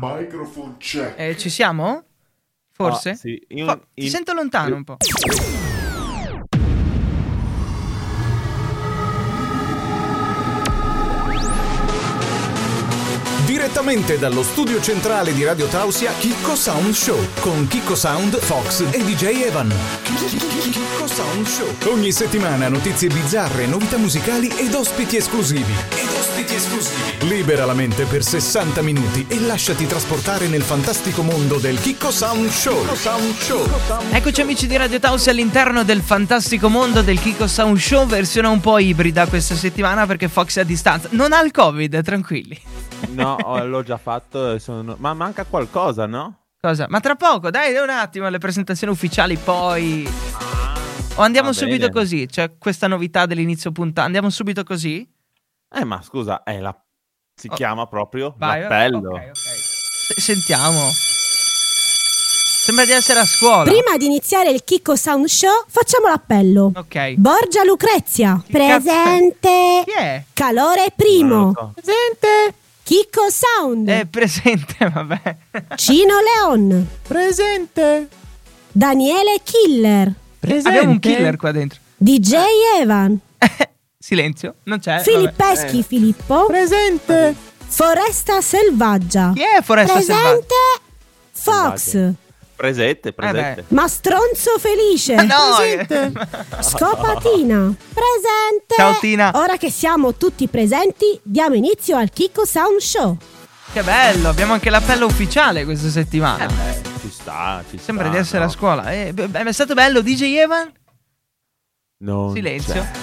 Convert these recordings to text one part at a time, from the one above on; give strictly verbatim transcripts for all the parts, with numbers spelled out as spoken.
Microphone check. Eh, ci siamo? Forse? Oh, sì. Io, Fo- ti in... sento lontano un po'. Direttamente dallo studio centrale di Radio Tausia, Chicco Sound Show con Chicco Sound, Fox e D J Evan. Chicco Sound Show. Ogni settimana notizie bizzarre, novità musicali ed ospiti esclusivi. Ed ospiti esclusivi. Libera la mente per sessanta minuti e lasciati trasportare nel fantastico mondo del Chicco Sound Show. Chicco Sound Show. Eccoci amici di Radio Tausia all'interno del fantastico mondo del Chicco Sound Show, versione un po' ibrida questa settimana perché Fox è a distanza. Non ha il Covid, tranquilli. No, l'ho già fatto, sono... ma manca qualcosa, no? Cosa? Ma tra poco, dai, un attimo, le presentazioni ufficiali poi... O andiamo Va subito bene. così? C'è questa novità dell'inizio puntata, andiamo subito così? Eh, ma scusa, è la... si Oh. chiama proprio Vai, l'appello. ok, ok. S- Sentiamo. Sembra di essere a scuola. Prima di iniziare il Chicco Sound Show, facciamo l'appello. Ok. Borgia Lucrezia, Chi cazzo- presente. Chi è? Calore Non primo, lo so. Presente. Chicco Sound, È presente, vabbè. Cino Leon, Presente. Daniele Killer, Abbiamo un killer qua dentro. D J Evan, Silenzio, non c'è. vabbè. Filippeschi Eh. Filippo, Presente. Foresta Selvaggia, Chi è Foresta Selvaggia? presente. Fox, Selvaggia. Presente, presente. Eh Mastronzo Felice, No, presente. Scopatina, presente. Ciao, Tina. Ora che siamo tutti presenti, diamo inizio al Chicco Sound Show. che bello, abbiamo anche l'appello ufficiale questa settimana. Eh, ci sta, ci Sembra sta, di essere no? a scuola. Eh, beh, è stato bello, D J Evan? Non Silenzio. c'è,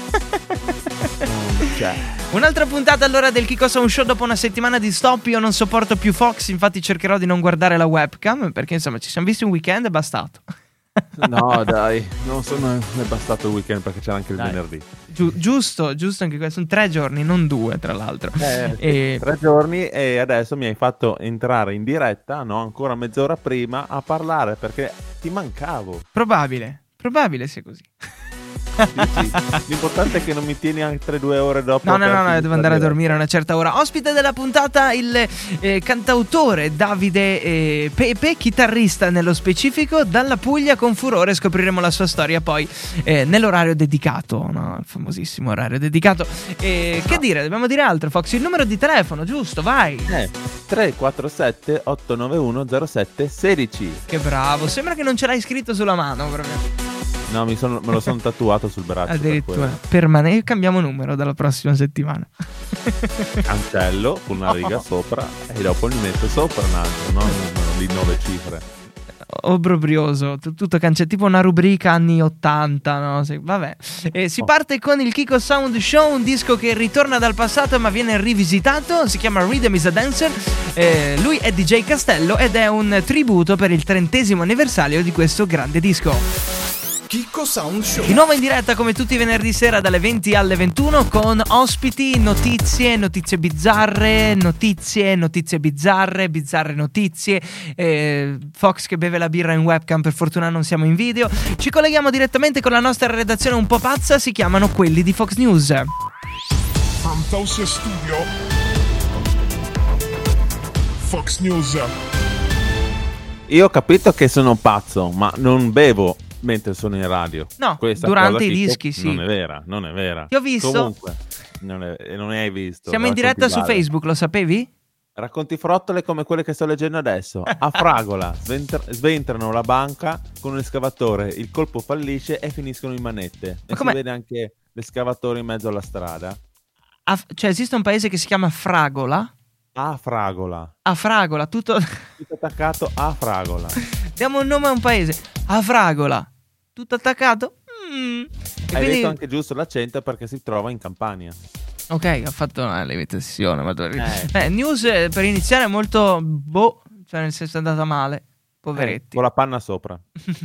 non c'è. Un'altra puntata allora del Chicco Sound Show dopo una settimana di stop. Io non sopporto più Fox, infatti cercherò di non guardare la webcam perché insomma ci siamo visti un weekend e bastato. No, dai, non sono è bastato il weekend perché c'era anche il Dai. venerdì. Giu- giusto, giusto anche questo. Sono tre giorni, non due tra l'altro. Eh, sì, E- tre giorni e adesso mi hai fatto entrare in diretta, no? Ancora mezz'ora prima a parlare perché ti mancavo. Probabile, probabile sia così. Dici, l'importante è che non mi tieni altre due ore dopo. No, no, per no, no, finire devo la andare a diretta. dormire a una certa ora. Ospite della puntata il eh, cantautore Davide eh, Pepe, chitarrista nello specifico, dalla Puglia con furore. Scopriremo la sua storia poi eh, nell'orario dedicato, no? Il famosissimo orario dedicato. E che dire, dobbiamo dire altro, Fox? Il numero di telefono, giusto, vai. Eh, tre quattro sette otto nove uno zero sette uno sei. Che bravo, sembra che non ce l'hai scritto sulla mano proprio. No, mi sono, me lo sono tatuato sul braccio. per Addirittura, quello. permanente, cambiamo numero dalla prossima settimana. Cancello con una riga sopra e dopo gli metto sopra un altro, no? Un numero di nove cifre. Obbrobrioso, t- tutto cancellato, tipo una rubrica anni ottanta, no? Se- vabbè. E si Oh. parte con il Chicco Sound Show, un disco che ritorna dal passato ma viene rivisitato, si chiama Rhythm is a Dancer. Eh, lui è D J Castello ed è un tributo per il trentesimo anniversario di questo grande disco. Chicco Sound Show. Di nuovo in diretta come tutti i venerdì sera dalle venti alle ventuno con ospiti, notizie, notizie bizzarre, notizie, notizie bizzarre, bizzarre notizie, eh, Fox che beve la birra in webcam, per fortuna non siamo in video. Ci colleghiamo direttamente con la nostra redazione un po' pazza, si chiamano quelli di Fox News. From Tausia Studio, Fox News. Io ho capito che sono pazzo, ma non bevo mentre sono in radio. No, Questa durante cosa i che dischi, dico sì. Non è vera, non è vera. Ti ho visto. Comunque, non, è, non hai visto. Siamo in racconti diretta su male. Facebook, lo sapevi? Racconti frottole come quelle che sto leggendo adesso. A Fragola sventr- sventrano la banca con un escavatore, il colpo fallisce e finiscono in manette. E com'è? si vede anche l'escavatore in mezzo alla strada. A- cioè esiste un paese che si chiama Fragola? A Fragola. A Fragola, tutto... Tutto attaccato a Fragola. Diamo un nome a un paese. A Fragola. Tutto attaccato? Mm. E Hai quindi- detto anche giusto l'accento perché si trova in Campania. Ok, ho fatto una limitazione. Ma... Eh. Eh, news eh, per iniziare molto boh, cioè nel senso è andata male. Poveretti. Eh, con la panna sopra.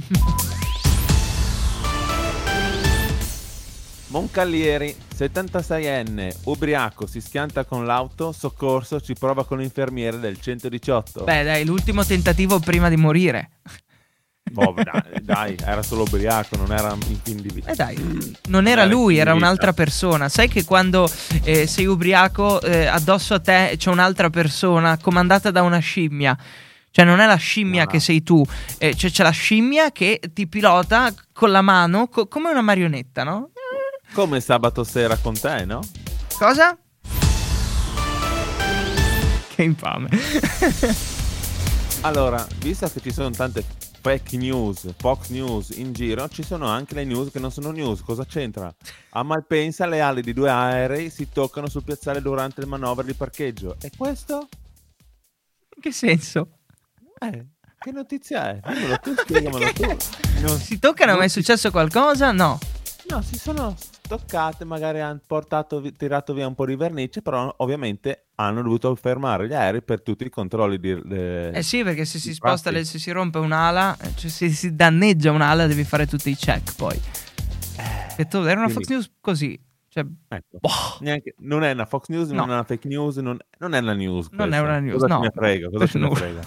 Moncalieri, settantaseienne, ubriaco, si schianta con l'auto, soccorso, ci prova con l'infermiere del centodiciotto. Beh, dai, l'ultimo tentativo prima di morire. Boh, dai, dai, era solo ubriaco, non era in fin di vita. Eh dai, non era lui, era un'altra persona. Sai che quando eh, sei ubriaco eh, addosso a te c'è un'altra persona comandata da una scimmia. Cioè non è la scimmia No. che sei tu, eh, cioè c'è la scimmia che ti pilota con la mano co- come una marionetta, no? Come sabato sera con te, no? Cosa? Che infame. Allora, visto che ci sono tante fake news, Fox News in giro, ci sono anche le news che non sono news. Cosa c'entra? A Malpensa le ali di due aerei si toccano sul piazzale durante le manovre di parcheggio. E questo? In che senso? Eh, che notizia è? Dimmelo tu, spiegamelo tu. Non Si toccano, non ma è si- successo qualcosa? No. No, si sono toccate, magari hanno portato, vi- tirato via un po' di vernice, però ovviamente hanno dovuto fermare gli aerei per tutti i controlli di... de- Eh sì, perché se si di sposta, fatti. le- se si rompe un'ala, eh, cioè se si danneggia un'ala devi fare tutti i check poi. E tu, era una quindi- Fox News così. Cioè, Ecco. boh. Neanche- non è una Fox News, No. non è una fake news, non, non è una news. Non questa. è una news, Cosa no. ce ne frega? Cosa ce ne Nulla. frega?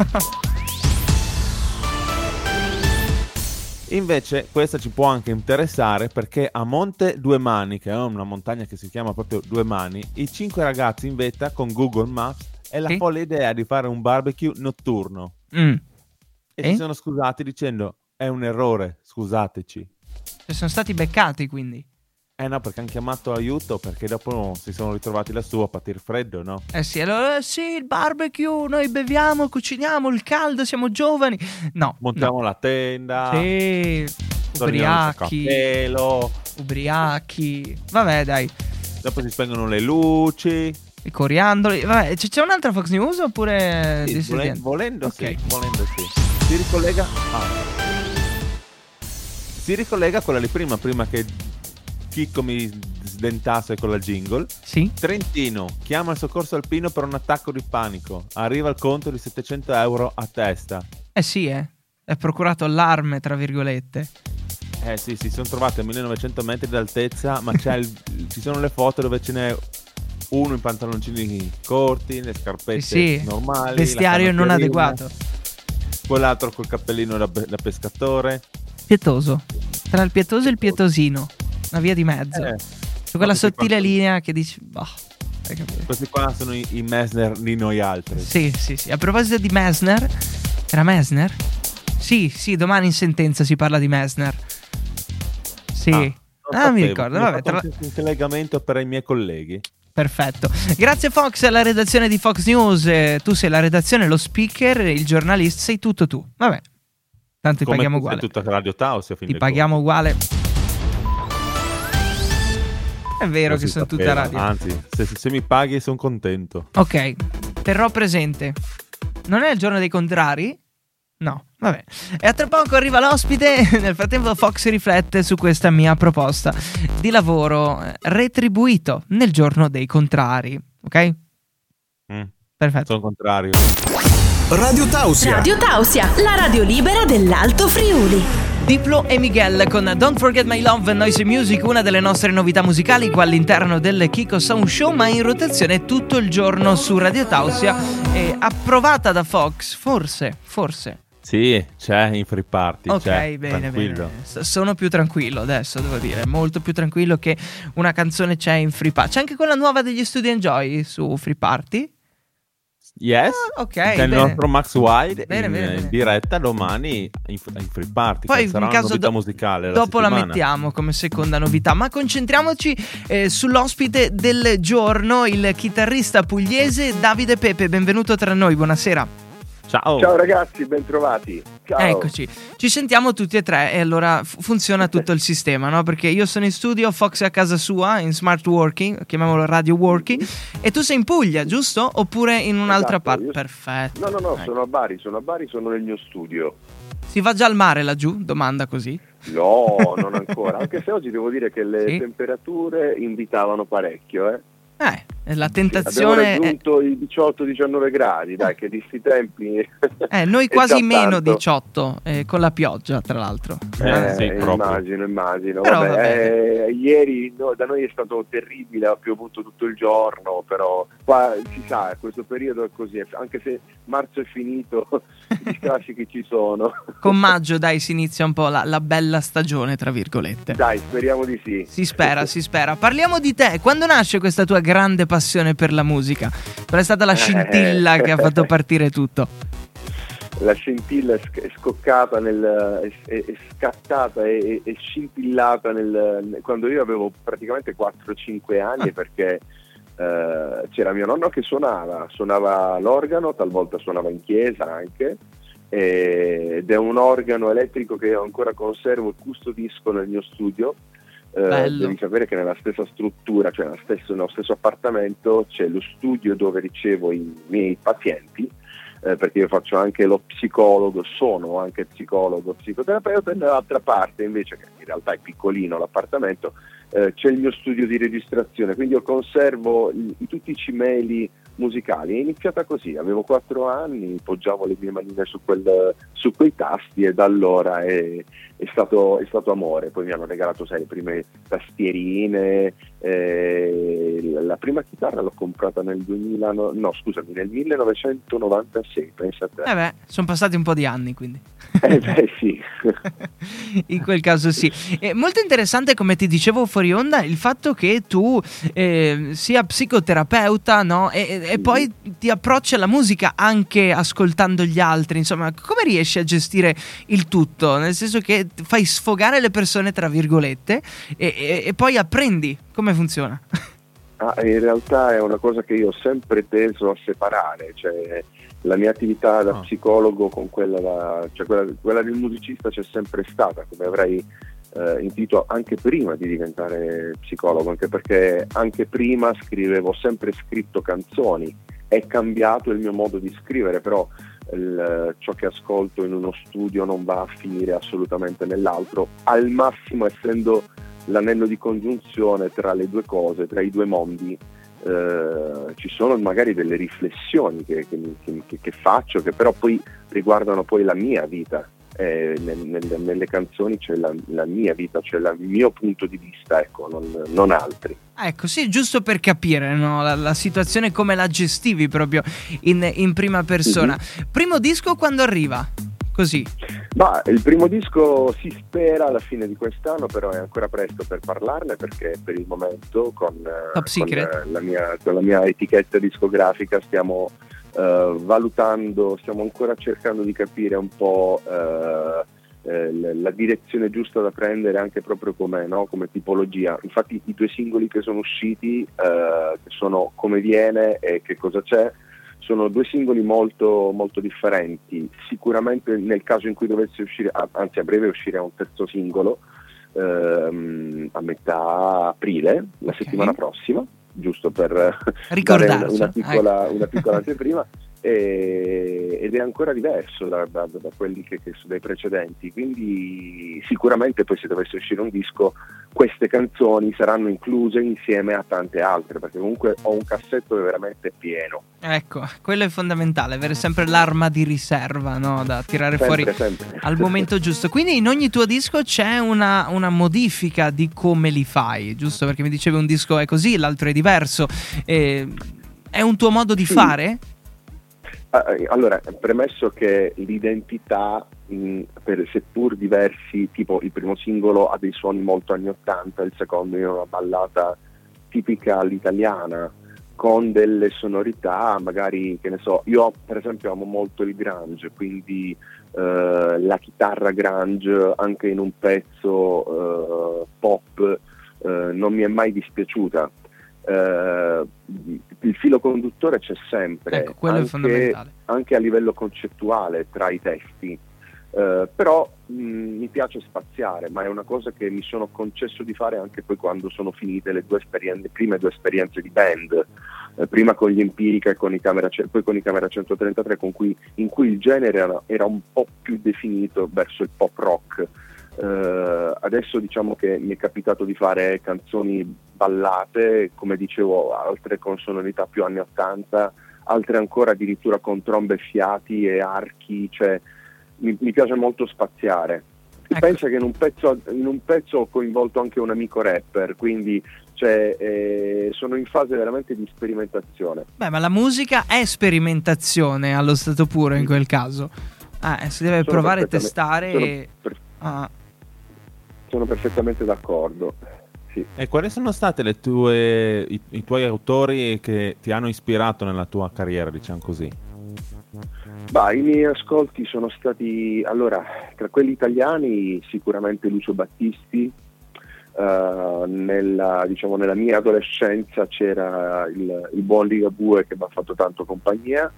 Invece questa ci può anche interessare perché a Monte Due Mani, che è una montagna che si chiama proprio Due Mani, i cinque ragazzi in vetta con Google Maps e la Sì. folle idea di fare un barbecue notturno. Mm. E Eh? si sono scusati dicendo è un errore, scusateci. Cioè, sono stati beccati quindi. Eh no, perché hanno chiamato aiuto perché dopo si sono ritrovati lassù a patir freddo, no? Eh sì, allora eh sì, il barbecue, noi beviamo, cuciniamo, il caldo, siamo giovani. No, Montiamo no. la tenda, Sì, torniamo il ubriachi, cappello, ubriachi. Vabbè, dai, dopo si spengono le luci. i coriandoli. Vabbè, c- c'è un'altra Fox News oppure Sì, di volen- Sedien? volendo, Ok. sì, volendo sì. Si ricollega ah. Si ricollega a quella di prima, prima che Chicco mi sdentasse con la jingle. Sì? Trentino chiama il soccorso alpino per un attacco di panico. Arriva il conto di settecento euro a testa. Eh sì, eh. È procurato allarme, tra virgolette. Eh sì, si sono trovati a millenovecento metri d'altezza, ma c'è il- ci sono le foto dove ce n'è uno in pantaloncini corti, le scarpette Sì, sì. normali, Vestiario la non canotierina, adeguato. quell'altro col cappellino da, da pescatore. Pietoso. Tra il pietoso e il pietosino. Una via di mezzo. Eh, C'è quella questi sottile qua- linea che dici... Boh, hai capito? Questi qua sono i, i Messner di noi altri. Sì, sì, sì. A proposito di Messner, era Messner? Sì, sì, domani in sentenza si parla di Messner. Sì. Ah, Ah, non mi sapevo. ricordo. Mi Vabbè, ho tra... fatto un collegamento per i miei colleghi. perfetto. Grazie Fox, alla redazione di Fox News. Eh, tu sei la redazione, lo speaker, il giornalista, sei tutto tu. Vabbè. Tanto ti Come paghiamo tu sei uguale. tutta Radio Taos, a fin Ti dei paghiamo uguale. È vero conti. che Non si sono tutte sapeva. radio. Anzi, se, se mi paghi sono contento. Ok, terrò presente. Non è il giorno dei contrari? No, vabbè. E a tra poco arriva l'ospite. Nel frattempo Fox riflette su questa mia proposta di lavoro eh, retribuito nel giorno dei contrari. Ok? Mm, Perfetto. sono contrario. Radio Tausia. Radio Tausia, la radio libera dell'Alto Friuli. Diplo e Miguel con Don't Forget My Love, Noise Music, una delle nostre novità musicali qua all'interno del Kiko Sound Show, ma in rotazione tutto il giorno su Radio Tausia, e approvata da Fox, forse, forse. Sì, c'è in free party. Ok, c'è, bene, tranquillo. bene. S- Sono più tranquillo adesso, devo dire, molto più tranquillo che una canzone c'è in Free Party. C'è anche quella nuova degli Studio Enjoy su Free Party. Yes, Ah, ok, c'è il bene. nostro Max Wide Bene, in, bene, bene. in diretta domani in, in free party. Poi che sarà in una caso novità do- musicale. dopo la settimana. mettiamo come seconda novità, ma concentriamoci eh, sull'ospite del giorno, il chitarrista pugliese Davide Pepe. Benvenuto tra noi, buonasera. Ciao. Ciao ragazzi, bentrovati. Ciao. Eccoci, ci sentiamo tutti e tre e allora f- funziona tutto il sistema, no? Perché io sono in studio, Fox è a casa sua, in smart working, chiamiamolo radio working, e tu sei in Puglia, giusto? Oppure in un'altra Esatto, parte? io- Perfetto. No, no, no, Ecco. sono a Bari, sono a Bari, sono nel mio studio. Si va già al mare laggiù? Domanda così. No, non ancora, anche se oggi devo dire che le Sì. temperature invitavano parecchio, eh. Eh, La Abbiamo tentazione è... raggiunto i diciotto diciannove gradi, dai, che di sti tempi... Eh, noi è quasi già meno tanto. diciotto, eh, con la pioggia tra l'altro. Eh, sì, Eh, proprio. immagino, immagino. Però Vabbè, vabbè. eh, ieri no, da noi è stato terribile, ha piovuto tutto il giorno, però qua si sa, questo periodo è così, anche se marzo è finito, gli strascichi che ci sono. Con maggio, dai, si inizia un po' la, la bella stagione, tra virgolette. Dai, speriamo di sì. Si spera, si spera. Parliamo di te. Quando nasce questa tua grande passione per la musica? Qual è stata la scintilla che ha fatto partire tutto? La scintilla è sc- è scoccata, nel, è, è- è scattata e è, è scintillata nel, quando io avevo praticamente quattro cinque anni, perché eh, c'era mio nonno che suonava, suonava l'organo, talvolta suonava in chiesa anche, e- ed è un organo elettrico che io ancora conservo e custodisco nel mio studio. Eh, Bello. devi sapere che nella stessa struttura, cioè nello stesso, nello stesso appartamento, c'è lo studio dove ricevo i miei pazienti, eh, perché io faccio anche lo psicologo, sono anche psicologo, psicoterapeuta, e nell'altra parte invece, che in realtà è piccolino l'appartamento, eh, c'è il mio studio di registrazione, quindi io conservo i- tutti i cimeli musicali. È iniziata così, avevo quattro anni, poggiavo le mie manine su, quel, su quei tasti e da allora è, è, stato, è stato amore. Poi mi hanno regalato, sai, le prime tastierine, eh, la, la prima chitarra l'ho comprata nel duemila, no, no scusami, nel millenovecentonovantasei, pensa a te. Eh beh, sono passati un po' di anni, quindi. Eh beh sì. In quel caso sì. È molto interessante, come ti dicevo fuori onda, il fatto che tu eh, sia psicoterapeuta, no? E, e poi ti approcci alla musica anche ascoltando gli altri. Insomma, come riesci a gestire il tutto? Nel senso che fai sfogare le persone, tra virgolette, e, e, e poi apprendi come funziona. Ah, in realtà è una cosa che io ho sempre teso a separare, cioè la mia attività da Ah. psicologo con quella, da, cioè quella, quella del musicista c'è sempre stata, come avrei eh, intuito anche prima di diventare psicologo, anche perché anche prima scrivevo, sempre scritto canzoni, è cambiato il mio modo di scrivere, però il, ciò che ascolto in uno studio non va a finire assolutamente nell'altro, al massimo essendo l'anello di congiunzione tra le due cose, tra i due mondi. Eh, ci sono magari delle riflessioni che, che, che, che faccio, che però poi riguardano poi la mia vita. Eh, nel, nel, nelle canzoni c'è la, la mia vita, c'è la- il mio punto di vista, ecco, non, non altri. Ecco, sì, giusto per capire, no, la, la situazione, come la gestivi proprio in, in prima persona. Primo disco quando arriva? Così. Ma il primo disco si spera alla fine di quest'anno, però è ancora presto per parlarne, perché per il momento con, eh, Top con, secret. eh, la mia, con la mia etichetta discografica stiamo eh, valutando, stiamo ancora cercando di capire un po' eh, eh, l- la direzione giusta da prendere, anche proprio come, no, come tipologia. Infatti i due singoli che sono usciti, eh, che sono Come Viene e Che Cosa C'è, sono due singoli molto, molto differenti. Sicuramente nel caso in cui dovesse uscire, ah, anzi a breve uscirà un terzo singolo, ehm, a metà aprile, la Ok. settimana prossima, giusto per Ricordarci, dare una piccola, ecco. una piccola anteprima, e- ed è ancora diverso da, da- da quelli che, che sono dei precedenti, quindi sicuramente poi se dovesse uscire un disco queste canzoni saranno incluse insieme a tante altre, perché comunque ho un cassetto che veramente è pieno. Ecco, quello è fondamentale, avere sempre l'arma di riserva, no, da tirare Sempre, fuori sempre. al momento giusto. Quindi in ogni tuo disco c'è una, una modifica di come li fai, giusto? Perché mi dicevi un disco è così, l'altro è diverso. Eh, è un tuo modo di Sì. fare? Ah, eh, Allora, premesso che l'identità, mh, per seppur diversi, tipo il primo singolo ha dei suoni molto anni ottanta, il secondo è una ballata tipica all'italiana, con delle sonorità magari, che ne so, io per esempio amo molto il grunge, quindi eh, la chitarra grunge anche in un pezzo eh, pop eh, non mi è mai dispiaciuta. Eh, il filo conduttore c'è sempre, Ecco, quello è anche, fondamentale. anche a livello concettuale tra i testi. Eh, però mh, mi piace spaziare, ma è una cosa che mi sono concesso di fare anche poi quando sono finite le due esperienze, le prime due esperienze di band, eh, prima con gli Empirica e con i Camera, poi con i Camera centotrentatré, con cui, in cui il genere era, era un po' più definito verso il pop rock. Uh, adesso diciamo che mi è capitato di fare canzoni ballate, come dicevo, altre con sonorità più anni ottanta, altre ancora addirittura con trombe, fiati e archi, cioè mi, mi piace molto spaziare. Ecco. Pensa che in un, pezzo, in un pezzo ho coinvolto anche un amico rapper, quindi cioè, eh, sono in fase veramente di sperimentazione. Beh, ma la musica è sperimentazione allo stato puro in quel caso. Ah, si deve Sono provare a perfettamente- testare sono e... per- ah. Sono perfettamente d'accordo. Sì. E quali sono state le tue, i, i tuoi autori che ti hanno ispirato nella tua carriera, diciamo così? Bah, i miei ascolti sono stati, allora, tra quelli italiani sicuramente Lucio Battisti. Uh, nella, diciamo, nella mia adolescenza c'era il, il buon Ligabue che mi ha fatto tanto compagnia,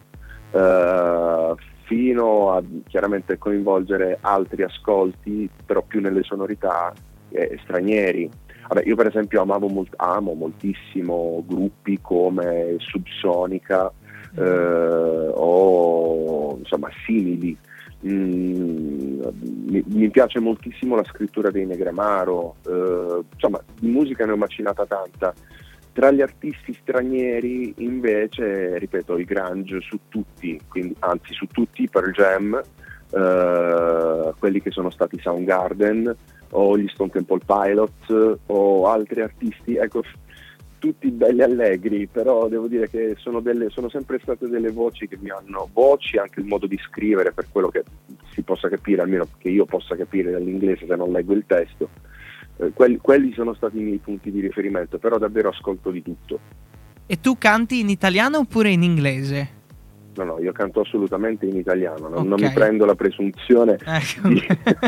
uh, fino a chiaramente coinvolgere altri ascolti, però più nelle sonorità eh, stranieri. Vabbè, io per esempio amavo molt- amo moltissimo gruppi come Subsonica eh, o insomma simili. Mm, mi, mi piace moltissimo la scrittura dei Negramaro, eh, insomma di musica ne ho macinata tanta. Tra gli artisti stranieri invece, ripeto, i grunge su tutti, quindi, anzi su tutti per Jam, eh, quelli che sono stati Soundgarden o gli Stone Temple Pilots o altri artisti, ecco, tutti belli allegri, però devo dire che sono, delle, sono sempre state delle voci che mi hanno, voci, anche il modo di scrivere, per quello che si possa capire, almeno che io possa capire dall'inglese se non leggo il testo. Eh, quelli, quelli sono stati i miei punti di riferimento, però davvero ascolto di tutto. E tu canti in italiano oppure in inglese? No, no, io canto assolutamente in italiano, non, Ok. non mi prendo la presunzione Ecco. di,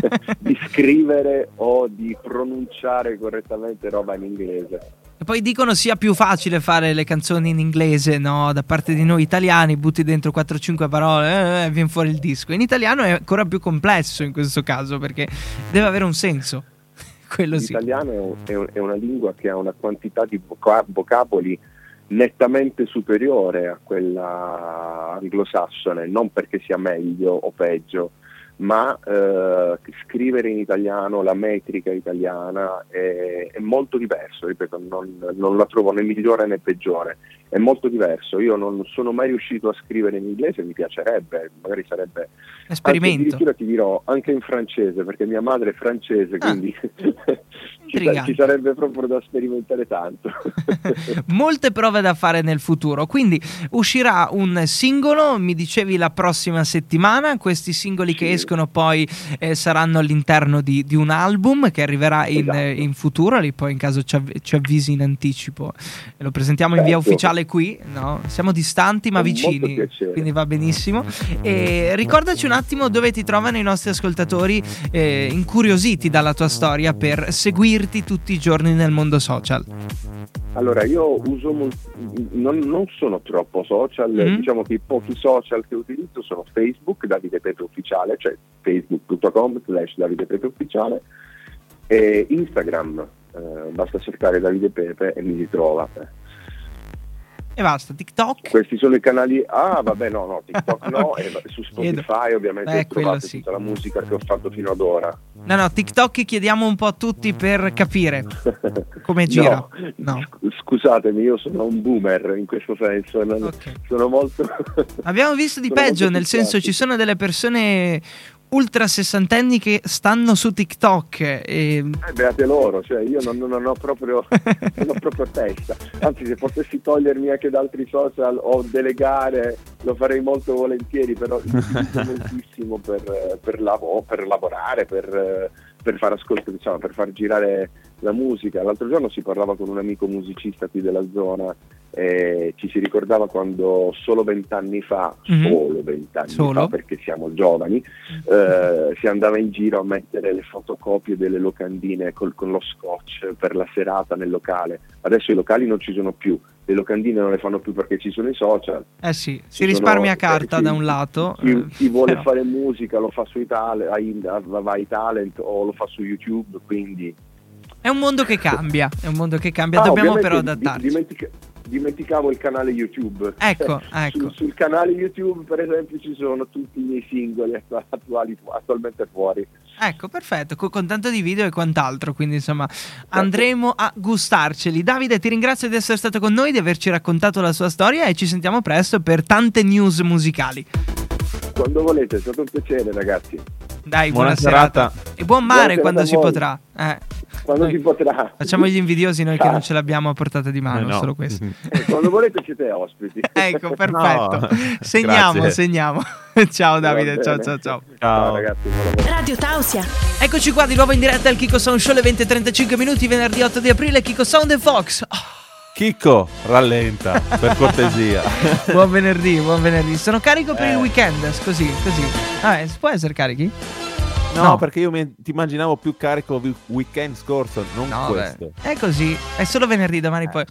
di scrivere o di pronunciare correttamente roba in inglese. E poi dicono sia più facile fare le canzoni in inglese, no? Da parte di noi italiani, butti dentro quattro cinque parole e eh, viene fuori il disco. In italiano è ancora più complesso in questo caso, perché deve avere un senso. Quello sì. L'italiano è, un- è un- è una lingua che ha una quantità di voca- vocaboli nettamente superiore a quella anglosassone, non perché sia meglio o peggio, ma eh, scrivere in italiano, la metrica italiana è, è molto diverso, ripeto, non, non la trovo né migliore né peggiore, è molto diverso. Io non sono mai riuscito a scrivere in inglese, mi piacerebbe, magari sarebbe Esperimento. anche, addirittura ti dirò anche in francese, perché mia madre è francese, Ah. quindi ci, Intrigante. ci sarebbe proprio da sperimentare tanto. Molte prove da fare nel futuro. Quindi uscirà un singolo, mi dicevi la prossima settimana. Questi singoli che Sì. escono poi eh, saranno all'interno di, di un album che arriverà in, Esatto. eh, in futuro. Lì poi in caso ci, avv- ci avvisi in anticipo e lo presentiamo in via Certo. ufficiale qui, no? Siamo distanti ma Con molto vicini, piacere. quindi va benissimo. E ricordaci un attimo dove ti trovano i nostri ascoltatori eh, incuriositi dalla tua storia per seguirti tutti i giorni nel mondo social. Allora, io uso mol- non, non sono troppo social, Mm. diciamo che i pochi social che utilizzo sono Facebook, Davide Pepe Ufficiale, cioè facebook punto com slash Davide Pepe Ufficiale, e Instagram, eh, basta cercare Davide Pepe e mi ritrova. E basta, TikTok. Questi sono i canali, ah vabbè no, no, TikTok no, e su Spotify ovviamente Eh, quello trovate sì. tutta la musica che ho fatto fino ad ora. No, no, TikTok chiediamo un po' a tutti per capire come gira. No, No. sc- scusatemi, io sono un boomer in questo senso, non- Ok. sono molto... Abbiamo visto di sono peggio, molto nel senso distratti. ci sono delle persone ultra sessantenni che stanno su TikTok e... Eh, beate loro, cioè io non, non ho proprio non ho proprio testa, anzi se potessi togliermi anche da altri social o delegare lo farei molto volentieri, però io utilizzo moltissimo per, per, lavo- per lavorare, per, per far ascolto, diciamo, per far girare la musica. L'altro giorno si parlava con un amico musicista qui della zona e ci si ricordava quando solo vent'anni fa, Mhm. solo vent'anni Solo? fa, perché siamo giovani, eh, si andava in giro a mettere le fotocopie delle locandine col- con lo scotch per la serata nel locale. Adesso i locali non ci sono più, le locandine non le fanno più perché ci sono i social. Eh sì, si Ci risparmia sono- carta eh, da chi- un lato. Chi, eh, chi vuole però- fare musica lo fa sui talent, ai- va ai talent o lo fa su YouTube, quindi... È un mondo che cambia, è un mondo che cambia, Ah, dobbiamo ovviamente però di- adattarci. dimentica- dimenticavo il canale YouTube. Ecco, ecco. Sul, sul canale YouTube, per esempio, ci sono tutti i miei singoli attuali, attualmente fuori. Ecco, perfetto, con, con tanto di video e quant'altro, quindi insomma andremo a gustarceli. Davide, ti ringrazio di essere stato con noi, di averci raccontato la sua storia e ci sentiamo presto per tante news musicali. Quando volete, è stato un piacere, ragazzi. Dai, buona, buona serata. serata. E buon mare Buona quando si serata a voi. potrà. Eh. Quando Noi si potrà. Facciamo gli invidiosi noi Ciao. che non ce l'abbiamo a portata di mano, Eh no. solo questo. Eh, Quando volete siete ospiti. Ecco, perfetto. No. Segniamo, Grazie. segniamo. Ciao Davide, Va ciao bene. ciao ciao. Ciao. ragazzi, buon lavoro. Radio Tausia. Eccoci qua di nuovo in diretta al Kiko Sound Show, le venti e trentacinque minuti, venerdì otto di aprile, Kiko Sound e Fox. Oh, Chicco, rallenta, per cortesia. buon venerdì, buon venerdì. Sono carico per Eh. il weekend, così, così. Ah, eh, può essere carichi? No, No. perché io mi, ti immaginavo più carico vi- weekend scorso, non No, questo. beh, è così, è solo venerdì, domani poi.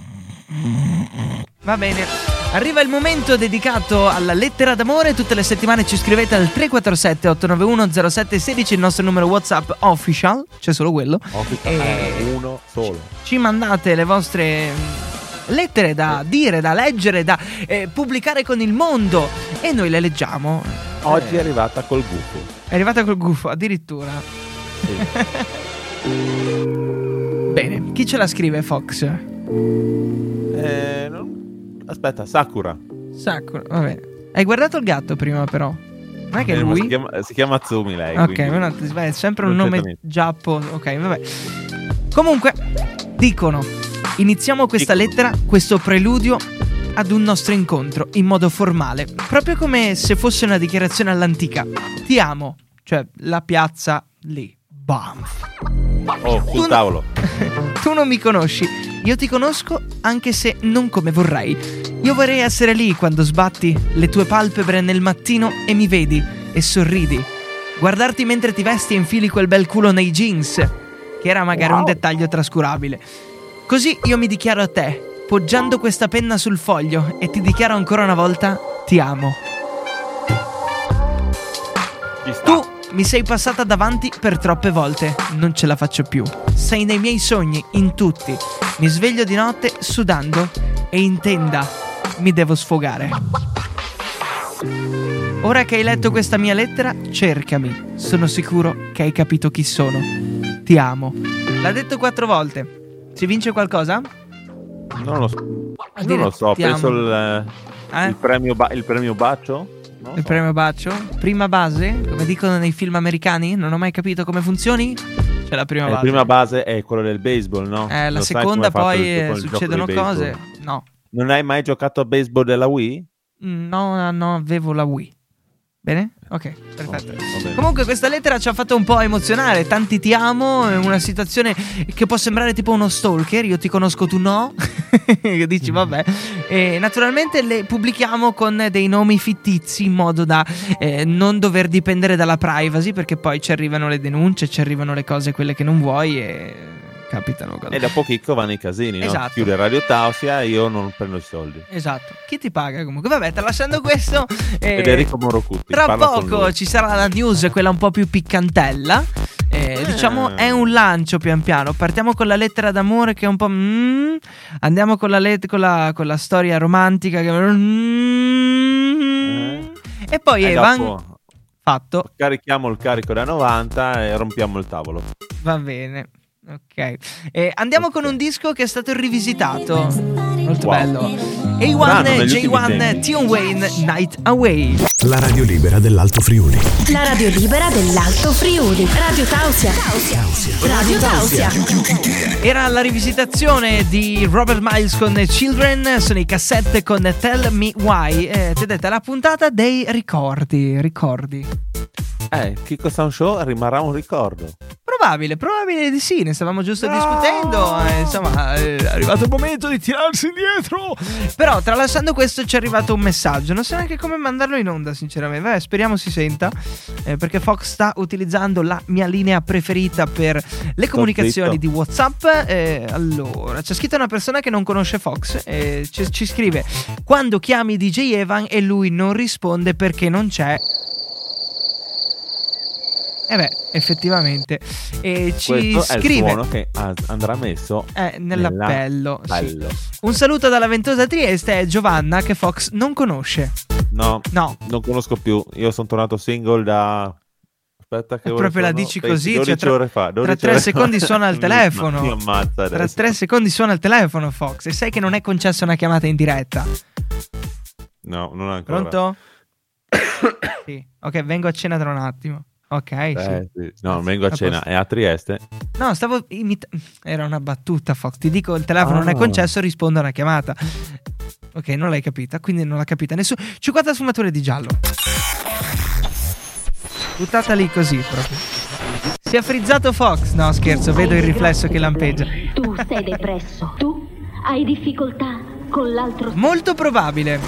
Va bene. Arriva il momento dedicato alla lettera d'amore. Tutte le settimane ci scrivete al tre quattro sette otto nove uno zero sette uno sei, il nostro numero WhatsApp official, c'è solo quello. Offica- E- eh, uno solo. Ci mandate le vostre mm, lettere da dire, da leggere, da eh, pubblicare con il mondo e noi le leggiamo. Oggi Eh, è arrivata col gufo. è arrivata col gufo, addirittura. Sì. Bene, chi ce la scrive, Fox? Eh, non- Aspetta, Sakura. Sakura, vabbè. Hai guardato il gatto prima, però? Non è che è Eh, ma lui? Si chiama, si chiama Tsumi lei. Ok, quindi- ma no, è sempre un non nome c'entra niente. giappo. Ok, vabbè. Comunque, dicono: iniziamo questa Dicono. lettera, questo preludio ad un nostro incontro in modo formale, proprio come se fosse una dichiarazione all'antica. Ti amo, cioè la piazza lì. Bam. Oh, Tu sul no- tavolo. Tu non mi conosci, io ti conosco anche se non come vorrei. Io vorrei essere lì quando sbatti le tue palpebre nel mattino e mi vedi e sorridi. Guardarti mentre ti vesti e infili quel bel culo nei jeans, che era magari un dettaglio trascurabile. Così io mi dichiaro a te, poggiando questa penna sul foglio, e ti dichiaro ancora una volta, ti amo. Ci sta. Tu mi sei passata davanti per troppe volte, non ce la faccio più. Sei nei miei sogni, in tutti. Mi sveglio di notte sudando e in tenda mi devo sfogare. Ora che hai letto questa mia lettera, cercami. Sono sicuro che hai capito chi sono. Ti amo. L'ha detto quattro volte. Si vince qualcosa? Non lo so. A Non dire lo so, ti penso amo. il, Eh? il premio ba- il premio bacio. Non lo Il so. premio bacio? Prima base? Come dicono nei film americani? Non ho mai capito come funzioni? C'è la prima Eh, La base. prima base è quello del baseball, no? Eh, la Lo sai seconda come è fatto poi il- eh, con il gioco succedono di baseball? cose. No. Non hai mai giocato a baseball della Wii? No, no, avevo la Wii. Bene? Ok, perfetto. Ok, va bene. Comunque questa lettera ci ha fatto un po' emozionare. Tanti ti amo, è una situazione che può sembrare tipo uno stalker. Io ti conosco, tu no. Che dici, vabbè. E naturalmente le pubblichiamo con dei nomi fittizi in modo da eh, non dover dipendere dalla privacy, perché poi ci arrivano le denunce, ci arrivano le cose, quelle che non vuoi, e capitano cose. E dopo Chicco vanno i casini, no? Esatto. Chiude Radio Tausia e io non prendo i soldi. Esatto. Chi ti paga comunque? Vabbè, tralasciando questo, eh, Federico Morocutti. tra parla con poco lui. ci sarà la news, quella un po' più piccantella. Eh, Diciamo è un lancio pian piano. Partiamo con la lettera d'amore che è un po'. mm, andiamo con la, let- con la, con la storia romantica che. mm, e poi E Evan. dopo Fatto. carichiamo il carico da novanta e rompiamo il tavolo. Va bene. Ok. Eh, andiamo con un disco che è stato rivisitato. Molto Wow. bello. A Strano, uno, negli J ultimi uno, tempi. Tion Wayne, Night Away. La radio libera dell'Alto Friuli. La radio libera dell'Alto Friuli. Radio Tausia. Radio Tausia. Era la rivisitazione di Robert Miles con Children, sono i cassette con Tell Me Why. Eh, ti ho detto, è la puntata dei ricordi, ricordi. Eh, Chicco Sound Show rimarrà un ricordo. Probabile, probabile di sì, ne stavamo giusto discutendo, eh, insomma eh, è arrivato il momento di tirarsi indietro. Però tralasciando questo ci è arrivato un messaggio, non so neanche come mandarlo in onda sinceramente. Vabbè, speriamo si senta, eh, perché Fox sta utilizzando la mia linea preferita per le comunicazioni zitto. di WhatsApp. eh, Allora, c'è scritto una persona che non conosce Fox, eh, ci, ci scrive: quando chiami D J Evan e lui non risponde perché non c'è Eh beh, effettivamente. E ci Questo scrive. è il suono che andrà messo eh, nell'appello. nell'appello. Sì. Un saluto dalla ventosa Trieste e Giovanna che Fox non conosce. No, No. non conosco più. Io sono tornato single da... Aspetta che E ore proprio la sono? dici Sei- così, dodici cioè tra- ore fa. tra dodici tre ore secondi fa. suona il Mi- telefono. Mi ammazza Tra adesso. tre secondi suona il telefono, Fox. E sai che non è concessa una chiamata in diretta. No, non ancora. Pronto? Sì. Ok, vengo a cena tra un attimo. Ok, Eh, sì. sì. No, vengo a A cena. posto. È a Trieste? No, stavo imita- Era una battuta, Fox. Ti dico, il telefono non è Ah. concesso, rispondo a una chiamata. Ok, non l'hai capita, quindi non l'ha capita nessuno. cinquanta sfumature di giallo. Buttata lì così proprio. Si è frizzato Fox. No, scherzo, vedo il riflesso che lampeggia. Tu sei depresso. Tu hai difficoltà con l'altro. Molto probabile.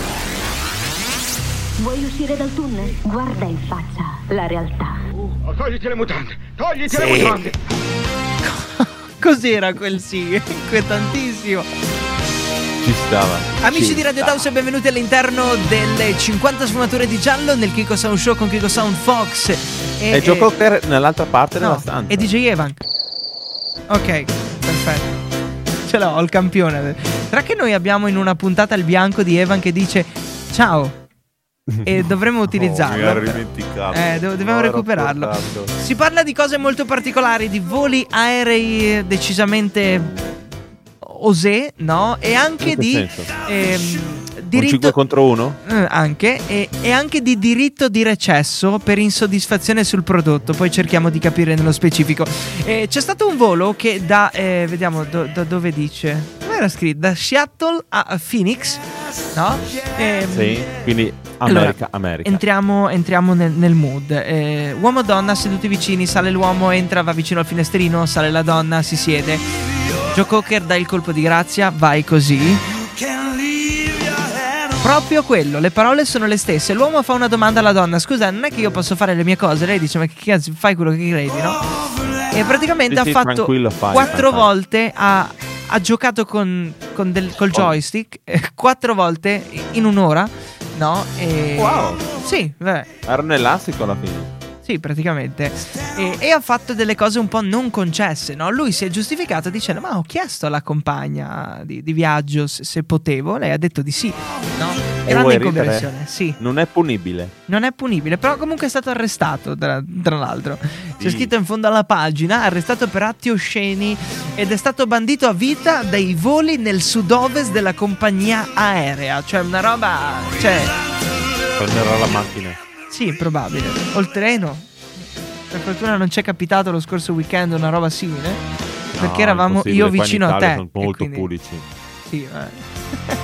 Vuoi uscire dal tunnel? Guarda in faccia la realtà. Togliti le mutande! Togliti le mutande! Cos'era quel sì? Inquietantissimo. Ci stava. Amici Ci di Radio stava. Taos e benvenuti all'interno delle cinquanta sfumature di giallo nel Kiko Sound Show con Kiko Sound Fox. E Joe Cocker nell'altra parte della no, stanza. e D J Evan. Ok, perfetto. Ce l'ho, ho il campione. Tra che noi abbiamo in una puntata il bianco di Evan che dice ciao. E dovremmo utilizzarlo. Oh, mi ero dimenticato. Eh, do- dobbiamo No, ero recuperarlo. portato. Si parla di cose molto particolari, di voli aerei decisamente osé, no? E anche In che di senso? ehm, Un diritto cinque contro uno? eh, anche e, e anche di diritto di recesso per insoddisfazione sul prodotto. Poi cerchiamo di capire nello specifico. Eh, c'è stato un volo che da eh, vediamo do- da dove dice. Dove era scritto? Da Seattle a Phoenix, no? Ehm, Sì, quindi allora, America, America. Entriamo, entriamo nel, nel mood. Eh, uomo e donna seduti vicini, sale l'uomo, entra, va vicino al finestrino, sale la donna, si siede. Joe Cocker dà il colpo di grazia, vai così. Proprio quello, le parole sono le stesse. L'uomo fa una domanda alla donna: scusa, non è che io posso fare le mie cose? Lei dice: ma che cazzo, fai quello che credi, no? E praticamente Sì, ha sì, fatto tranquillo, fai, quattro fai, fai. volte ha, ha giocato con, con del, col joystick eh, quattro volte in un'ora, no? E, Wow. Sì, vabbè. Era un elastico alla fine. Sì, praticamente. E, e ha fatto delle cose un po' non concesse, no? Lui si è giustificato dicendo: ma ho chiesto alla compagna di, di viaggio se, se potevo. Lei ha detto di sì, no? Grande vuoi ridere? incomprensione, sì. Non è punibile. Non è punibile, però comunque è stato arrestato, tra, tra l'altro. C'è Sì. scritto in fondo alla pagina: arrestato per atti osceni ed è stato bandito a vita dai voli nel sud-ovest della compagnia aerea. Cioè una roba... Cioè... Prenderà la macchina. Sì, probabile. O il treno. Per fortuna non ci è capitato lo scorso weekend una roba simile. Perché No, eravamo impossibile, io qua in vicino a Italia te. Sono e molto quindi- pudici. Sì, eh.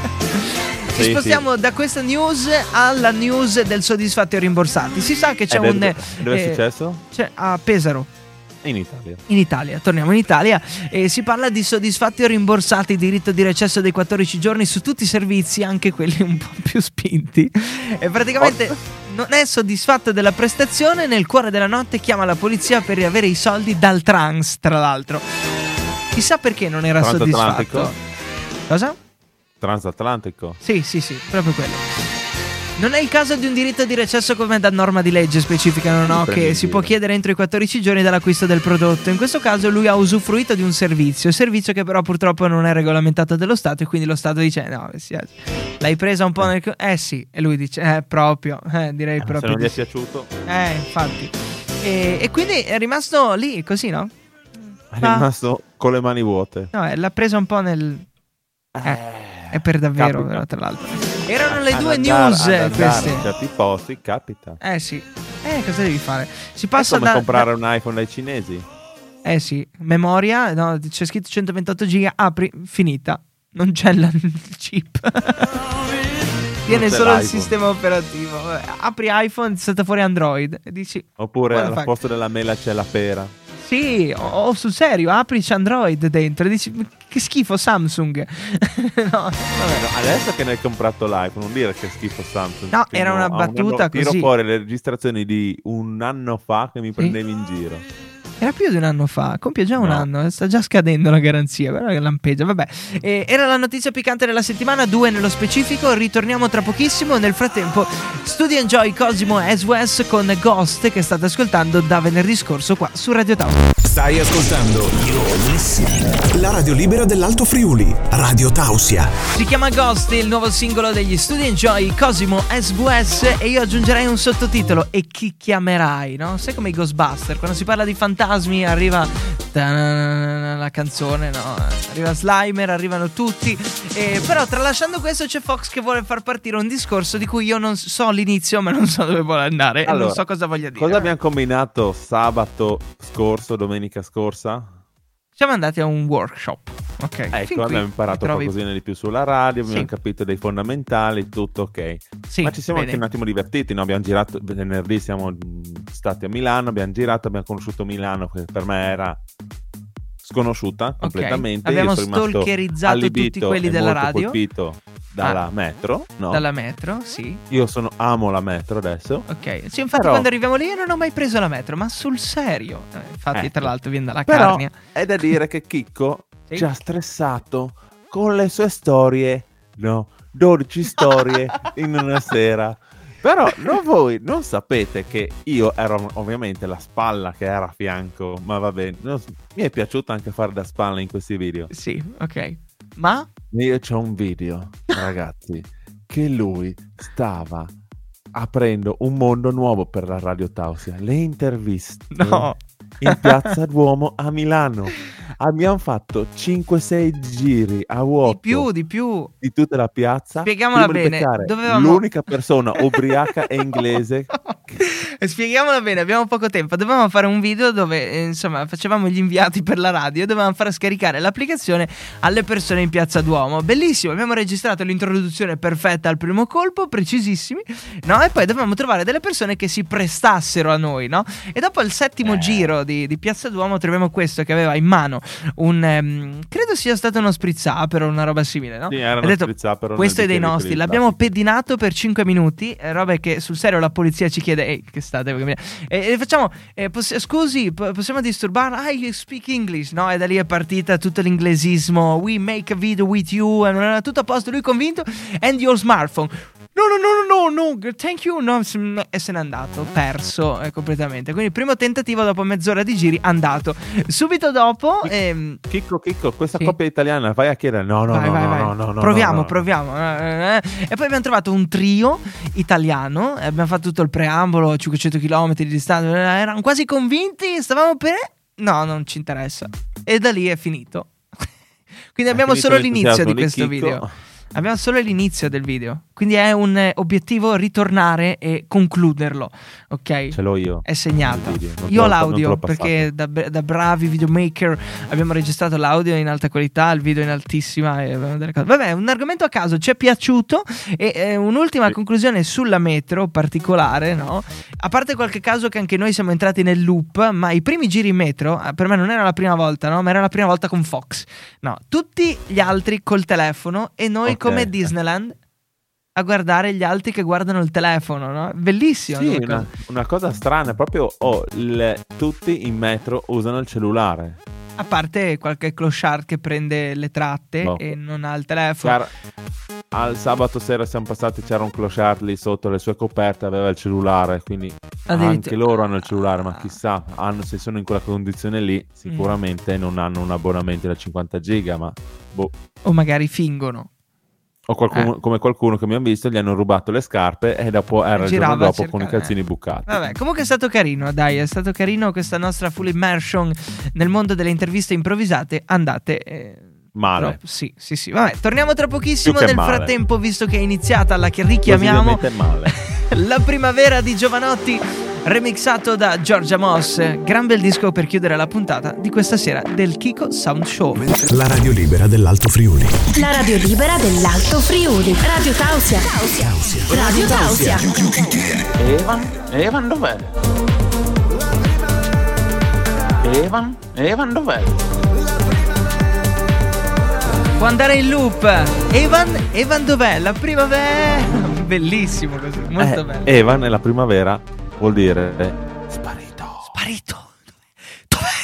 Ci Sì, spostiamo da questa news alla news del soddisfatti o rimborsati. Si sa che c'è Eh, beh, un... dove- dove è eh, successo? c'è a Pesaro. In Italia. In Italia, torniamo in Italia e si parla di soddisfatti o rimborsati, diritto di recesso dei quattordici giorni su tutti i servizi, anche quelli un po' più spinti. E praticamente non è soddisfatto della prestazione, nel cuore della notte chiama la polizia per riavere i soldi dal trans, tra l'altro. Chissà perché non era Transatlantico? soddisfatto. Cosa? Transatlantico. Sì, sì, sì, proprio quello. Non è il caso di un diritto di recesso come da norma di legge specifica, no, no, Prendi che in si giro. può chiedere entro i quattordici giorni dall'acquisto del prodotto. In questo caso lui ha usufruito di un servizio, servizio che però purtroppo non è regolamentato dallo Stato e quindi lo Stato dice no, sì, eh, l'hai presa un po' nel... co- Eh sì, e lui dice eh proprio, eh direi Se proprio non gli di è sì. piaciuto, Eh, infatti. E, e quindi è rimasto lì, così, no? è Ma- rimasto con le mani vuote. No, eh, l'ha presa un po' nel... Eh, è per davvero, capita. però, tra l'altro. Erano le Ad due andare- news ad andare queste. in certi posti capita. Eh sì. Eh, cosa devi fare? Si È passa come da... comprare da- un iPhone dai cinesi. Eh sì. Memoria, no, c'è scritto centoventotto giga, apri, finita. Non c'è la- il chip. Viene c'è solo il l'iPhone. sistema operativo. Vabbè, apri iPhone, ti salta fuori Android. E dici... Oppure What the al fuck? posto della mela c'è la pera. Sì, o, o sul serio, apri c'è Android dentro e dici che schifo Samsung. No, vabbè. No, adesso che ne hai comprato l'iPhone, non dire che schifo Samsung. No, Fino era una a un battuta anno- Tiro così. fuori le registrazioni di un anno fa che mi prendevi in giro. Era più di un anno fa, compie già un No. anno, sta già scadendo la garanzia, però che lampeggia, vabbè. E era la notizia piccante della settimana, due nello specifico, ritorniamo tra pochissimo. Nel frattempo, Studio Enjoy Cosimo S W S con Ghost, che state ascoltando da venerdì scorso qua su Radio Tausia. Stai ascoltando la radio libera dell'Alto Friuli, Radio Tausia. Si chiama Ghost, il nuovo singolo degli Studio Enjoy Cosimo S W S, e io aggiungerei un sottotitolo: e chi chiamerai, no? Sai come i Ghostbuster, quando si parla di fantasmi arriva la canzone, no? Arriva Slimer, arrivano tutti, e però tralasciando questo c'è Fox che vuole far partire un discorso di cui io non so l'inizio, ma non so dove vuole andare, Allora, e non so cosa voglia dire. Cosa abbiamo combinato sabato scorso, domenica scorsa? Siamo andati a un workshop, ok? Fin Ecco, qui abbiamo imparato mi trovi- qualcosina di più sulla radio, abbiamo Sì. capito dei fondamentali, tutto ok. Sì, Ma ci siamo bene. anche un attimo divertiti, no? Abbiamo girato, venerdì siamo mh, stati a Milano, abbiamo girato, abbiamo conosciuto Milano, che per me era sconosciuta completamente. Abbiamo Io sono rimasto stalkerizzato allibito tutti quelli e della molto radio. colpito dalla Ah. metro, no? Dalla metro, sì. Io sono, amo la metro adesso. Ok, sì, infatti Però- quando arriviamo lì io non ho mai preso la metro, ma sul serio. Eh, infatti, Ecco. tra l'altro, viene dalla Però Carnia. è da dire che Chicco Sì. ci ha stressato con le sue storie, no? dodici storie in una sera. Però no, voi non sapete che io ero ovviamente la spalla che era a fianco, ma va bene, non- mi è piaciuto anche fare da spalla in questi video. Sì, ok. Ma? Io c'ho un video, ragazzi, che lui stava aprendo un mondo nuovo per la Radio Tausia, le interviste No. in Piazza Duomo a Milano. Abbiamo fatto cinque sei giri a vuoto Di più, di più. di tutta la piazza. Spieghiamola prima di bene, beccare dovevamo- l'unica persona ubriaca e inglese. Spieghiamola bene, abbiamo poco tempo. Dovevamo fare un video dove, eh, insomma, facevamo gli inviati per la radio e dovevamo far scaricare l'applicazione alle persone in Piazza Duomo. Bellissimo, abbiamo registrato l'introduzione perfetta al primo colpo, precisissimi, no? E poi dovevamo trovare delle persone che si prestassero a noi, no? E dopo il settimo Eh. giro di, di Piazza Duomo troviamo questo che aveva in mano un, ehm, credo sia stato uno spritz-up o una roba simile, no? Sì, era Ha uno detto, spritz-up, però questo è nel dei bicchiere nostri, di l'abbiamo plastica. pedinato per cinque minuti, eh, robe che sul serio la polizia ci chiede, ehi, che state, e, e facciamo, eh, poss- scusi, po- possiamo disturbarla? Ah, you speak English, no? E da lì è partita tutto l'inglesismo, we make a video with you, e tutto a posto, lui convinto, and your smartphone. No, no, no, no, no, no, thank you, no, s- e se n'è andato, perso eh, completamente. Quindi primo tentativo dopo mezz'ora di giri, andato. Subito dopo... ehm, Chicco, Chicco, questa Sì. coppia italiana, vai a chiedere. No, no, vai, no, vai, no, vai. no, no, no, proviamo, no, no. proviamo. eh, eh. E poi abbiamo trovato un trio italiano. e Abbiamo fatto tutto il preambolo, cinquecento chilometri di distanza. eh, Erano quasi convinti. Stavamo per. No, non ci interessa. E da lì è finito. Quindi È abbiamo finito solo l'inizio di l'entusiasmo di questo Chicco. video. Abbiamo solo l'inizio del video. Quindi è un eh, obiettivo ritornare e concluderlo. Ok? Ce l'ho io. È segnata. Il video, non te Io ho l'ho- non te l'audio l'ho passato. perché da, da bravi videomaker abbiamo registrato l'audio in alta qualità, il video in altissima. E avevamo delle cose. Vabbè, un argomento a caso ci è piaciuto. E eh, un'ultima Sì. conclusione sulla metro particolare, no? A parte qualche caso che anche noi siamo entrati nel loop, ma i primi giri in metro eh, per me non era la prima volta, no? Ma era la prima volta con Fox. No, tutti gli altri col telefono e noi Ok. come Disneyland a guardare gli altri che guardano il telefono, no? Bellissimo. Sì, quella cosa. una, una cosa strana, proprio oh, il- tutti in metro usano il cellulare. A parte qualche clochard che prende le tratte Boh. e non ha il telefono. C'era- al sabato sera siamo passati, c'era un clochard lì sotto le sue coperte, aveva il cellulare, quindi Addirittura. anche loro hanno il cellulare, ma chissà, hanno, se sono in quella condizione lì, sicuramente Mm. non hanno un abbonamento da cinquanta giga, ma boh. O magari fingono. O qualcuno, Eh. come qualcuno che mi ha visto, gli hanno rubato le scarpe e dopo era il Girava giorno a dopo cercare- con i calzini bucati. Vabbè, comunque è stato carino, dai, è stato carino questa nostra full immersion nel mondo delle interviste improvvisate. Andate. eh, Male. troppo- Sì, sì, sì. Vabbè, torniamo tra pochissimo. Più che Nel male. frattempo, visto che è iniziata la che richiamiamo Così male. La primavera di Giovanotti, remixato da Giorgia Moss. Gran bel disco per chiudere la puntata di questa sera del Kiko Sound Show. La radio libera dell'Alto Friuli. La radio libera dell'Alto Friuli. Radio Tausia. Radio Tausia. Evan? Evan dov'è? Evan? Evan dov'è? Può andare in loop. Evan, Evan dov'è? La primavera. Bellissimo così, molto Eh, bello. Evan è la primavera, vuol dire eh, sparito. Sparito. Dov'è?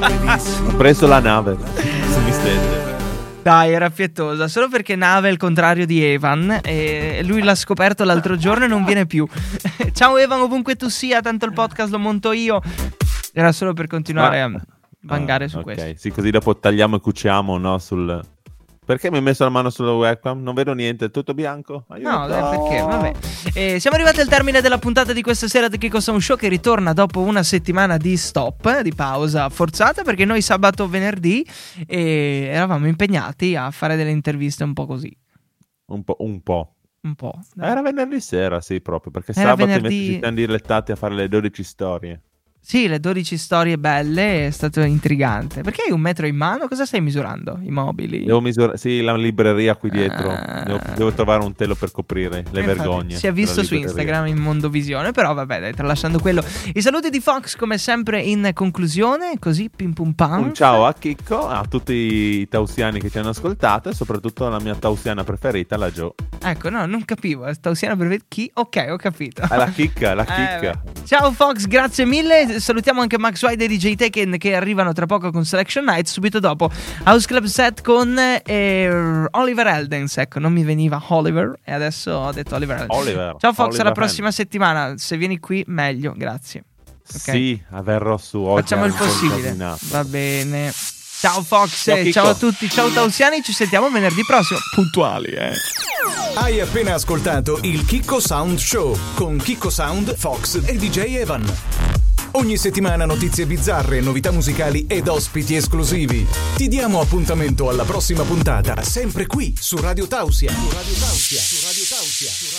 Ho preso la nave. Se mi stende. Dai, era pietosa, solo perché Nave è il contrario di Evan e lui l'ha scoperto l'altro giorno e non viene più. Ciao Evan, ovunque tu sia, tanto il podcast lo monto io. Era solo per continuare ah, a vangare ah, su okay. questo. Sì, così dopo tagliamo e cuciamo, no, sul... Perché mi hai messo la mano sulla webcam? Non vedo niente, è tutto bianco? Aiuto. No, dai, perché? Vabbè. Eh, siamo arrivati al termine della puntata di questa sera di Chicco Sound Show, che ritorna dopo una settimana di stop, di pausa forzata, perché noi sabato venerdì eh, eravamo impegnati a fare delle interviste un po' così. Un po', un po'. Un po'. Dai. Era venerdì sera, sì, proprio, perché Era sabato venerdì... invece ci siamo dilettati a fare le dodici storie. Sì, le dodici storie belle, è stato intrigante. Perché hai un metro in mano? Cosa stai misurando? I mobili? Devo misurare, sì, la libreria qui dietro. Ah. Devo, devo trovare un telo per coprire le Infatti, vergogne. si è visto su Instagram in Mondovisione, però vabbè, dai, tralasciando quello. I saluti di Fox come sempre in conclusione, così pim pum pam. Un ciao a Chicco, a tutti i tausiani che ci hanno ascoltato e soprattutto alla mia tausiana preferita, la Jo. Ecco, no, non capivo. Tausiana preferita chi? Ok, ho capito. È la chicca, la chicca. Eh, ciao Fox, grazie mille. Salutiamo anche Max White e D J Tekken che arrivano tra poco con Selection Night. Subito dopo House Club Set con eh, Oliver Eldens. Ecco, non mi veniva Oliver e adesso ho detto Oliver Eldens. Oliver. Ciao Fox, Oliver alla prossima Hand. settimana. Se vieni qui meglio, grazie. Okay. Sì, verrò su oggi. Facciamo il possibile. Va bene. Ciao Fox, ciao, ciao a tutti, ciao Tausiani, ci sentiamo venerdì prossimo. Puntuali, eh. Hai appena ascoltato il Chicco Sound Show con Chicco Sound, Fox e D J Evan. Ogni settimana notizie bizzarre, novità musicali ed ospiti esclusivi. Ti diamo appuntamento alla prossima puntata, sempre qui su Radio Tausia. Su Radio Tausia. Su Radio Tausia.